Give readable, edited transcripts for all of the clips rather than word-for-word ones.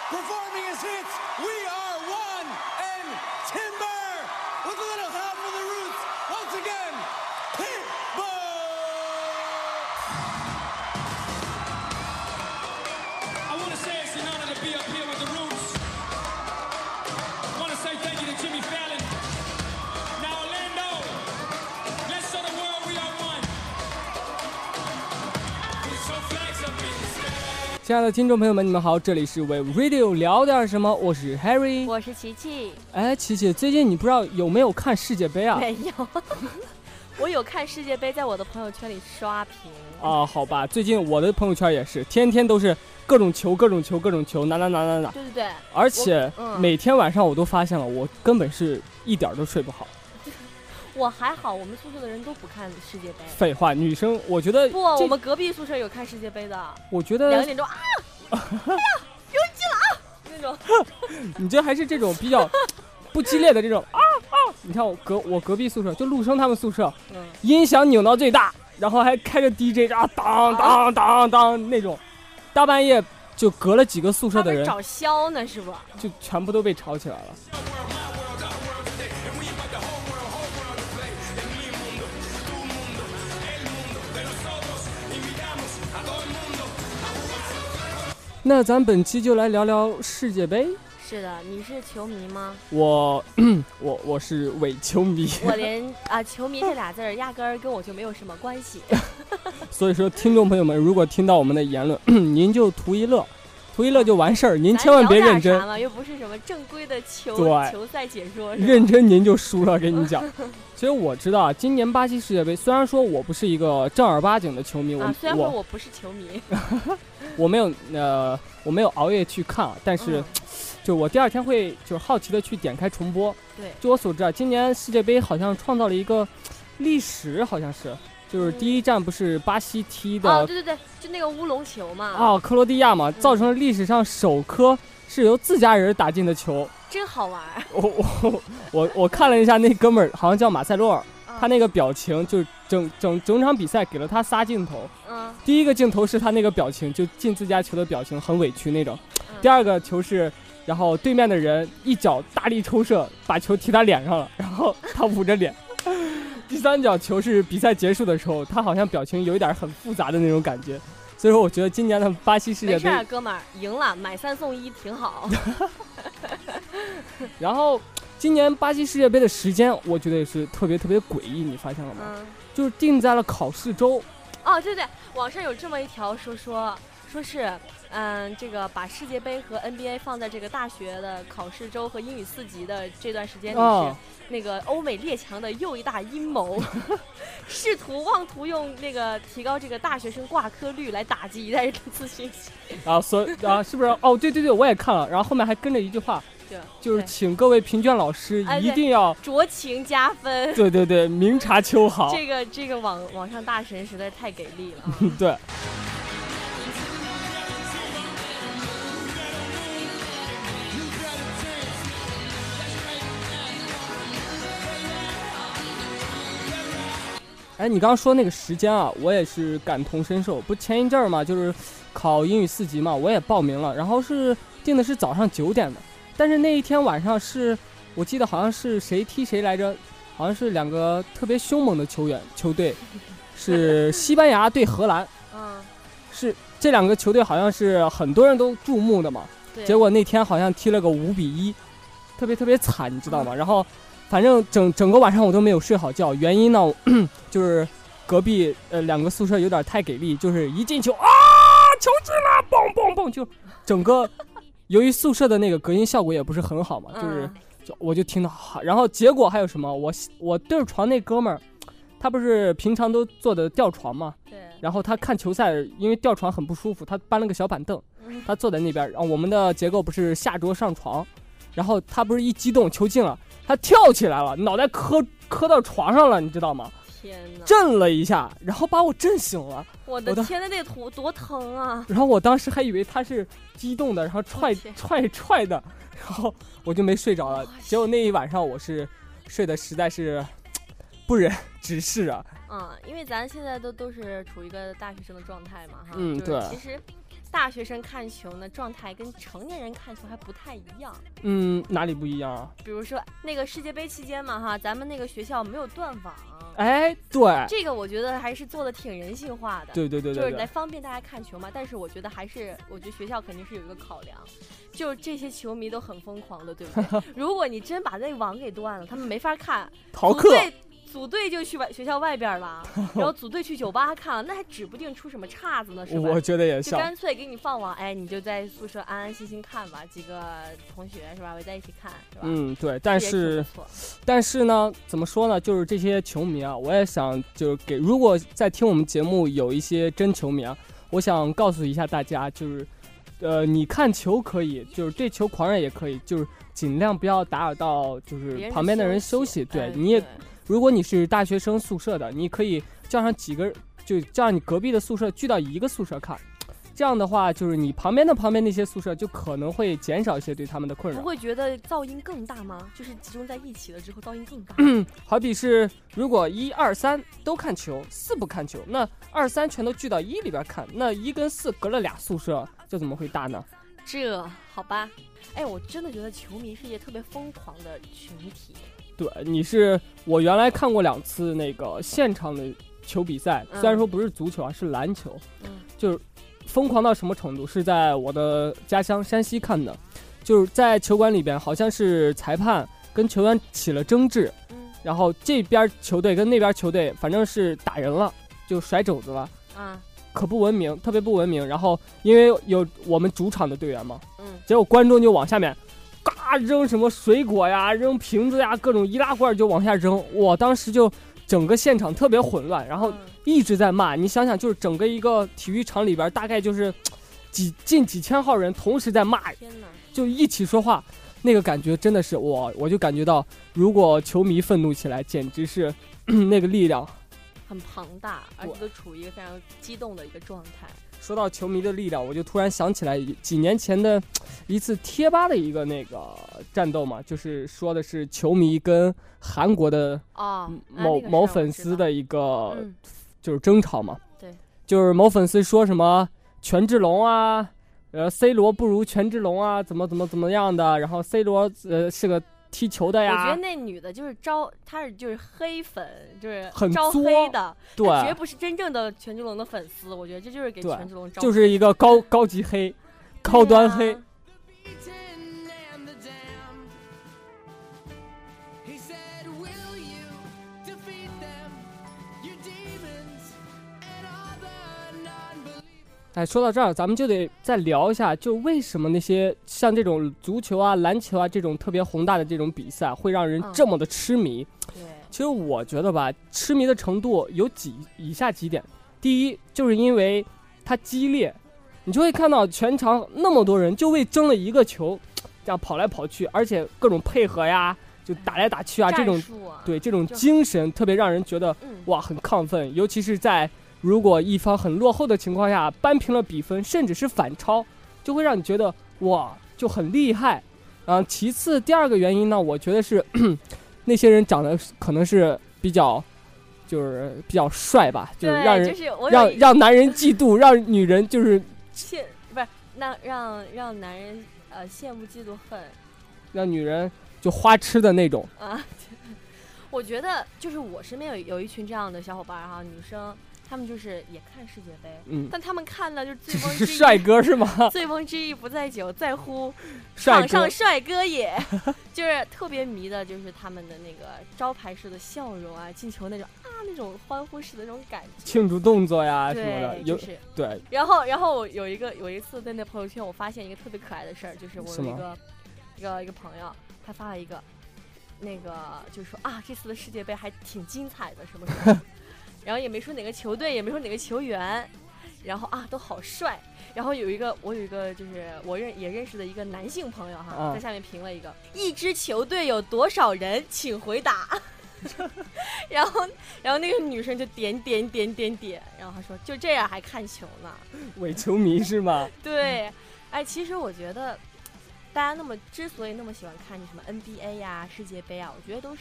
performing his hits, We Are One and Timber, with a little help from the Roots, once again, Pitbull! I want to say it's an honor to be up here with the Roots. I want to say thank you to Jimmy Fallon. Now Orlando, let's show the world we are one. Put your flags up in the sky. 亲爱的听众朋友们，你们好，这里是为 Radio 聊点什么，我是 Harry， 我是琪琪。 哎，琪琪，最近你不知道有没有看世界杯啊？ 没有，我有看世界杯，在我的朋友圈里刷屏。 啊，好吧，最近我的朋友圈也是，天天都是各种球，各种球，各种球，哪。 对对对， 而且每天晚上我都发现了，我根本是一点都睡不好。 我还好，我们宿舍的人都不看世界杯。 废话，女生我觉得不，我们隔壁宿舍有看世界杯的。 我觉得 2点钟啊，哎呀，有人进了啊，那种。 你这还是这种比较不激烈的这种啊！你看我隔壁宿舍就陆生他们宿舍，音响扭到最大，然后还开着 DJ 啊，当那种，大半夜就隔了几个宿舍的人找消呢是吧？ 就全部都被吵起来了。那咱本期就来聊聊世界杯。 是的，你是球迷吗？ 我是伪球迷。 我连球迷这俩字儿压根儿跟我就没有什么关系。 所以说，听众朋友们，如果听到我们的言论，您就图一乐就完事儿，您千万别认真。 又不是什么正规的球赛解说， 认真您就输了，跟你讲。其实我知道啊，今年巴西世界杯，虽然说我不是一个正儿八经的球迷， 虽然说我不是球迷， 我没有熬夜去看啊，但是。就我第二天会就是好奇的去点开重播。 对， 就我所知啊，今年世界杯好像创造了一个历史，好像是，就是第一站不是巴西踢的， 对，就那个乌龙球嘛。 克罗地亚嘛，造成了历史上首颗是由自家人打进的球， 真好玩。 我看了一下，那哥们儿好像叫马塞洛尔，他那个表情就是整场比赛给了他仨镜头。第一个镜头是他那个表情，就进自家球的表情很委屈那种。第二个球是。然后对面的人一脚大力抽射，把球踢他脸上了，然后他捂着脸。第三脚球是比赛结束的时候，他好像表情有一点很复杂的那种感觉。所以说，我觉得今年的巴西世界杯， 没事，哥们儿赢了，买3送1挺好。 然后今年巴西世界杯的时间，我觉得也是特别诡异，你发现了吗？就是定在了考试周。 哦，对，网上有这么一条说是。这个把世界杯和 NBA 放在这个大学的考试周和英语4级的这段时间里，是那个欧美列强的又一大阴谋，妄图用那个提高这个大学生挂科率来打击一代人的自信心。 是不是？哦，对，我也看了，然后后面还跟着一句话，就是请各位评卷老师一定要酌情加分。 对，明察秋毫。 这个网上大神实在太给力了。 对。哎，你刚刚说那个时间啊，我也是感同身受。不前一阵儿嘛，就是考英语4级嘛，我也报名了，然后是定的是早上9点的。但是那一天晚上是，我记得好像是谁踢谁来着，好像是2个特别凶猛的球队，是西班牙对荷兰。是这2个球队好像是很多人都注目的嘛。结果那天好像踢了个5-1，特别惨，你知道吗？然后。反正整个晚上我都没有睡好觉，原因呢，就是隔壁2个宿舍有点太给力，就是一进球啊，球进了，嘣，就整个由于宿舍的那个隔音效果也不是很好嘛，我就听到，然后结果还有什么，我对着床那哥们儿，他不是平常都坐的吊床嘛， 对， 然后他看球赛，因为吊床很不舒服，他搬了个小板凳，他坐在那边，然后我们的结构不是下桌上床，然后他不是一激动球进了。他跳起来了，脑袋磕到床上了，你知道吗？ 天哪！ 震了一下，然后把我震醒了。 我的天哪，那图多疼啊！ 然后我当时还以为他是激动的，然后踹的，然后我就没睡着了。结果那一晚上我是睡的实在是不忍直视啊。 因为咱现在都是处于一个大学生的状态嘛，哈。 对。 大学生看球呢状态跟成年人看球还不太一样。 哪里不一样啊？ 比如说那个世界杯期间嘛哈，咱们那个学校没有断网。 哎，对， 这个我觉得还是做的挺人性化的。 对， 就是来方便大家看球嘛。但是我觉得学校肯定是有一个考量，就是这些球迷都很疯狂的，对不对？如果你真把那网给断了，他们没法看， 逃课。 组队就去学校外边了，然后组队去酒吧看了，那还指不定出什么岔子呢，是吧？ 我觉得也像， 就干脆给你放网，哎，你就在宿舍安安心心看吧，几个同学是吧，围在一起看，是吧？ 对，但是呢，怎么说呢？就是这些球迷啊，我也想就是如果在听我们节目有一些真球迷啊，我想告诉一下大家，就是你看球可以，就是对球狂热也可以，就是尽量不要打扰到就是旁边的人休息。对，你也。如果你是大学生宿舍的，你可以叫上几个，就叫你隔壁的宿舍聚到一个宿舍看，这样的话，就是你旁边那些宿舍就可能会减少一些对他们的困扰。 不会觉得噪音更大吗？就是集中在一起了之后，噪音更大。 好比是如果1、2、3都看球，4不看球，那2、3全都聚到1里边看，那1跟4隔了2宿舍，这怎么会大呢？ 这好吧，哎，我真的觉得球迷是一个特别疯狂的群体。 对，我原来看过2次那个现场的球比赛，虽然说不是足球啊，是篮球，就是疯狂到什么程度？是在我的家乡山西看的，就是在球馆里边，好像是裁判跟球员起了争执，然后这边球队跟那边球队反正是打人了，就甩肘子了，可不文明，特别不文明。然后因为有我们主场的队员嘛，结果观众就往下面。嘎扔什么水果呀，扔瓶子呀，各种易拉罐就往下扔。我当时就整个现场特别混乱，然后一直在骂。你想想，就是整个一个体育场里边，大概就是近几千号人同时在骂，就一起说话，那个感觉真的是我就感觉到，如果球迷愤怒起来，简直是那个力量很庞大，而且都处于一个非常激动的一个状态。 说到球迷的力量，我就突然想起来几年前的一次贴吧的一个那个战斗嘛，就是说的是球迷跟韩国的某粉丝的一个就是争吵嘛。 对， 就是某粉丝说什么权志龙啊，C 罗不如权志龙啊，怎么样的，然后 C 罗是个踢球的呀。 我觉得那女的就是她就是黑粉，就是很招黑的， 对， 绝不是真正的权志龙的粉丝。我觉得这就是给权志龙招黑， 就是一个高级黑，高端黑。哎，说到这儿，咱们就得再聊一下，就为什么那些像这种足球啊、篮球啊这种特别宏大的这种比赛，会让人这么的痴迷？ 对， 其实我觉得吧，痴迷的程度有以下几点。第一，就是因为它激烈，你就会看到全场那么多人就为争了一个球，这样跑来跑去，而且各种配合呀，就打来打去啊，这种对这种精神特别让人觉得哇很亢奋，尤其是在。如果一方很落后的情况下扳平了比分，甚至是反超，就会让你觉得哇就很厉害。其次第二个原因呢，我觉得是那些人长得可能是比较帅吧，就是让人、让男人嫉妒，让女人就是不是那让男人羡慕嫉妒恨， 让女人就花痴的那种啊。我觉得就是我身边有一群这样的小伙伴哈，女生。他们就是也看世界杯，但他们看的就是醉翁之意， 是帅哥是吗？ 醉翁之意不在酒，在乎场上帅哥也，就是特别迷的，就是他们的那个招牌式的笑容啊，进球那种那种欢呼式的那种感觉， 庆祝动作呀什么的， 就是对。 然后我有一次在那朋友圈，我发现一个特别可爱的事儿，就是我有一个朋友，他发了一个那个就是说这次的世界杯还挺精彩的，什么什么。然后也没说哪个球队，也没说哪个球员，然后都好帅。然后我有一个就是也认识的一个男性朋友哈，在下面评了一支球队有多少人，请回答。然后那个女生就点，然后她说就这样还看球呢， 伪球迷是吗？ 对，其实我觉得大家之所以那么喜欢看什么 NBA 呀、世界杯啊，我觉得都是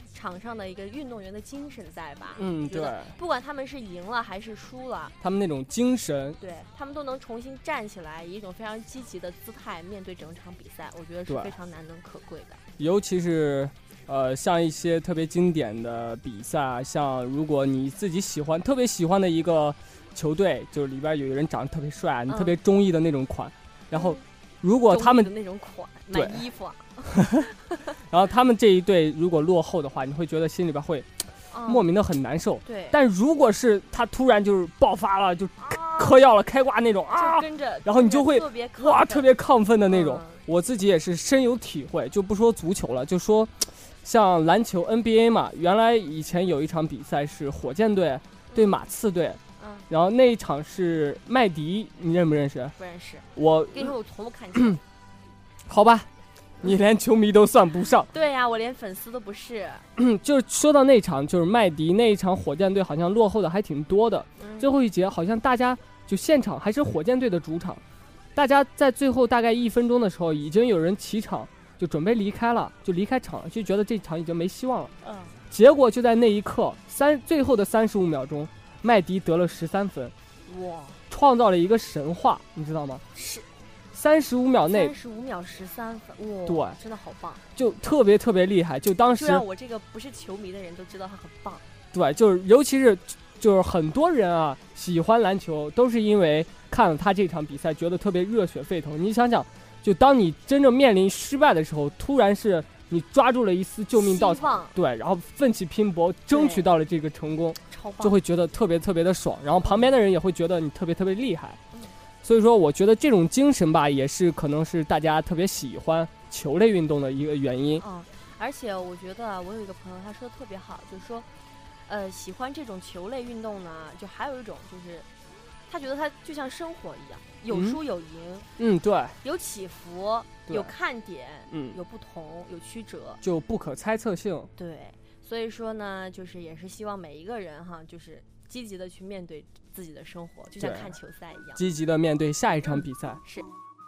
场上的一个运动员的精神在吧？ 对， 不管他们是赢了还是输了， 他们那种精神， 对他们都能重新站起来，以一种非常积极的姿态面对整场比赛，我觉得是非常难能可贵的。 尤其是像一些特别经典的比赛，像如果你自己特别喜欢的一个球队，就是里边有一个人长得特别帅，你特别中意的那种款，然后如果他们的那种款买衣服啊， 然后他们这一队如果落后的话，你会觉得心里边会莫名的很难受。 对， 但如果是他突然就是爆发了，就嗑药了、开挂那种就跟着， 然后你就会特别亢奋的那种。我自己也是深有体会，就不说足球了，就说像篮球 NBA 嘛，原来以前有一场比赛是火箭队对马刺队。然后那一场是麦迪，你认不认识？ 不认识。 我跟你说，我从不看球。 好吧，你连球迷都算不上。 对呀，我连粉丝都不是。 就是说到那场，就是麦迪那一场，火箭队好像落后的还挺多的。最后一节好像大家就现场还是火箭队的主场，大家在最后大概1分钟的时候，已经有人起场就准备离开了，就离开场了，就觉得这场已经没希望了。结果就在那一刻，最后的35秒钟。麦迪得了13分， 哇！ 创造了一个神话，你知道吗？ 是 ，35秒内 ，35秒13分，哇！ 对， 真的好棒， 就特别厉害。就当时， 就让我这个不是球迷的人都知道他很棒。 对，就是尤其是就是很多人啊喜欢篮球，都是因为看了他这场比赛，觉得特别热血沸腾。你想想，就当你真正面临失败的时候，突然是你抓住了一丝救命稻草，对，然后奋起拼搏，争取到了这个成功。就会觉得特别的爽，然后旁边的人也会觉得你特别厉害。所以说我觉得这种精神吧，也是可能是大家特别喜欢球类运动的一个原因。 而且我觉得我有一个朋友他说的特别好，就是说喜欢这种球类运动呢，就还有一种就是他觉得它就像生活一样，有输有赢， 对， 有起伏，有看点，有不同，有曲折， 就不可猜测性。 对，所以说呢，就是也是希望每一个人哈，就是积极的去面对自己的生活，就像看球赛一样， 积极的面对下一场比赛。 是。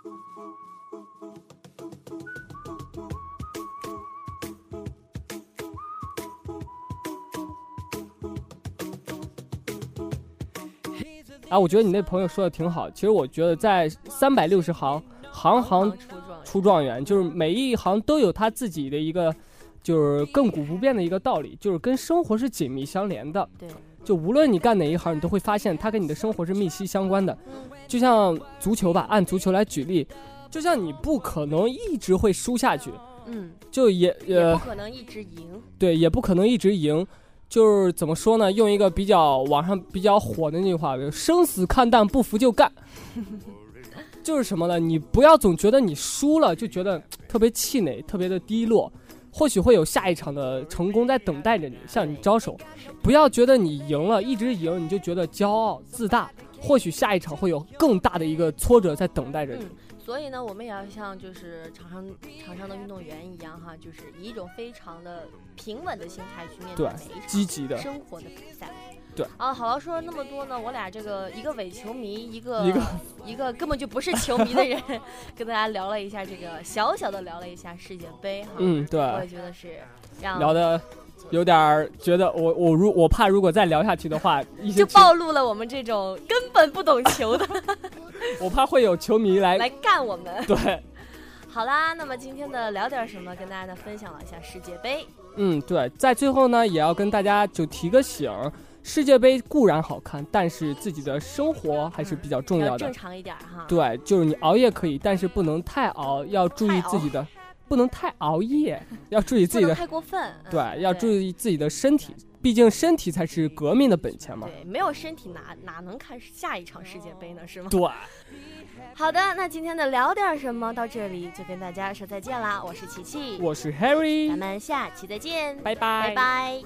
我觉得你那朋友说的挺好。其实我觉得在360行，行行出状元，就是每一行都有他自己的一个。就是亘古不变的一个道理，就是跟生活是紧密相连的。 对， 就无论你干哪一行，你都会发现它跟你的生活是密切相关的。就像足球吧，按足球来举例，就像你不可能一直会输下去，就也不可能一直赢。 对，也不可能一直赢。就是怎么说呢？用一个网上比较火的那句话，生死看淡，不服就干。就是什么呢？你不要总觉得你输了就觉得特别气馁，特别的低落。或许会有下一场的成功在等待着你，向你招手。不要觉得你赢了，一直赢你就觉得骄傲自大。或许下一场会有更大的一个挫折在等待着你。 所以呢，我们也要像就是场上的运动员一样哈，就是以一种非常的平稳的心态去面对每一场积极的生活的比赛。 对好了，说了那么多呢，我俩这个一个伪球迷，一个根本就不是球迷的人，跟大家聊了一下这个小的聊了一下世界杯哈。 对， 我也觉得是聊的有点觉得我怕如果再聊下去的话， 就暴露了我们这种根本不懂球的。 我怕会有球迷来干我们。 对。 好啦，那么今天的聊点什么，跟大家分享了一下世界杯。 对，在最后呢，也要跟大家就提个醒。世界杯固然好看，但是自己的生活还是比较重要的， 正常一点哈。 对，就是你熬夜可以，但是不能太熬，要注意自己的，不能太熬夜，要注意自己的， 不能太过分。 对，要注意自己的身体，毕竟身体才是革命的本钱嘛。 对，没有身体哪能看下一场世界杯呢？是吗？ 对。 好的，那今天的聊点什么到这里就跟大家说再见啦！我是琪琪， 我是 Harry， 咱们下期再见， 拜拜， 拜拜。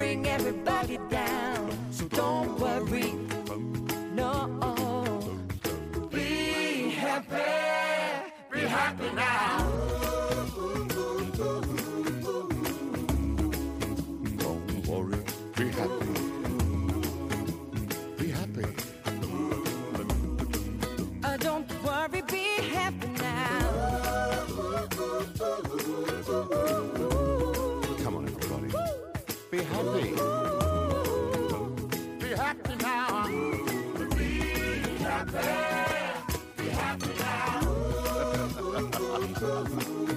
Don't worry, be happy now. Come on, everybody. Ooh,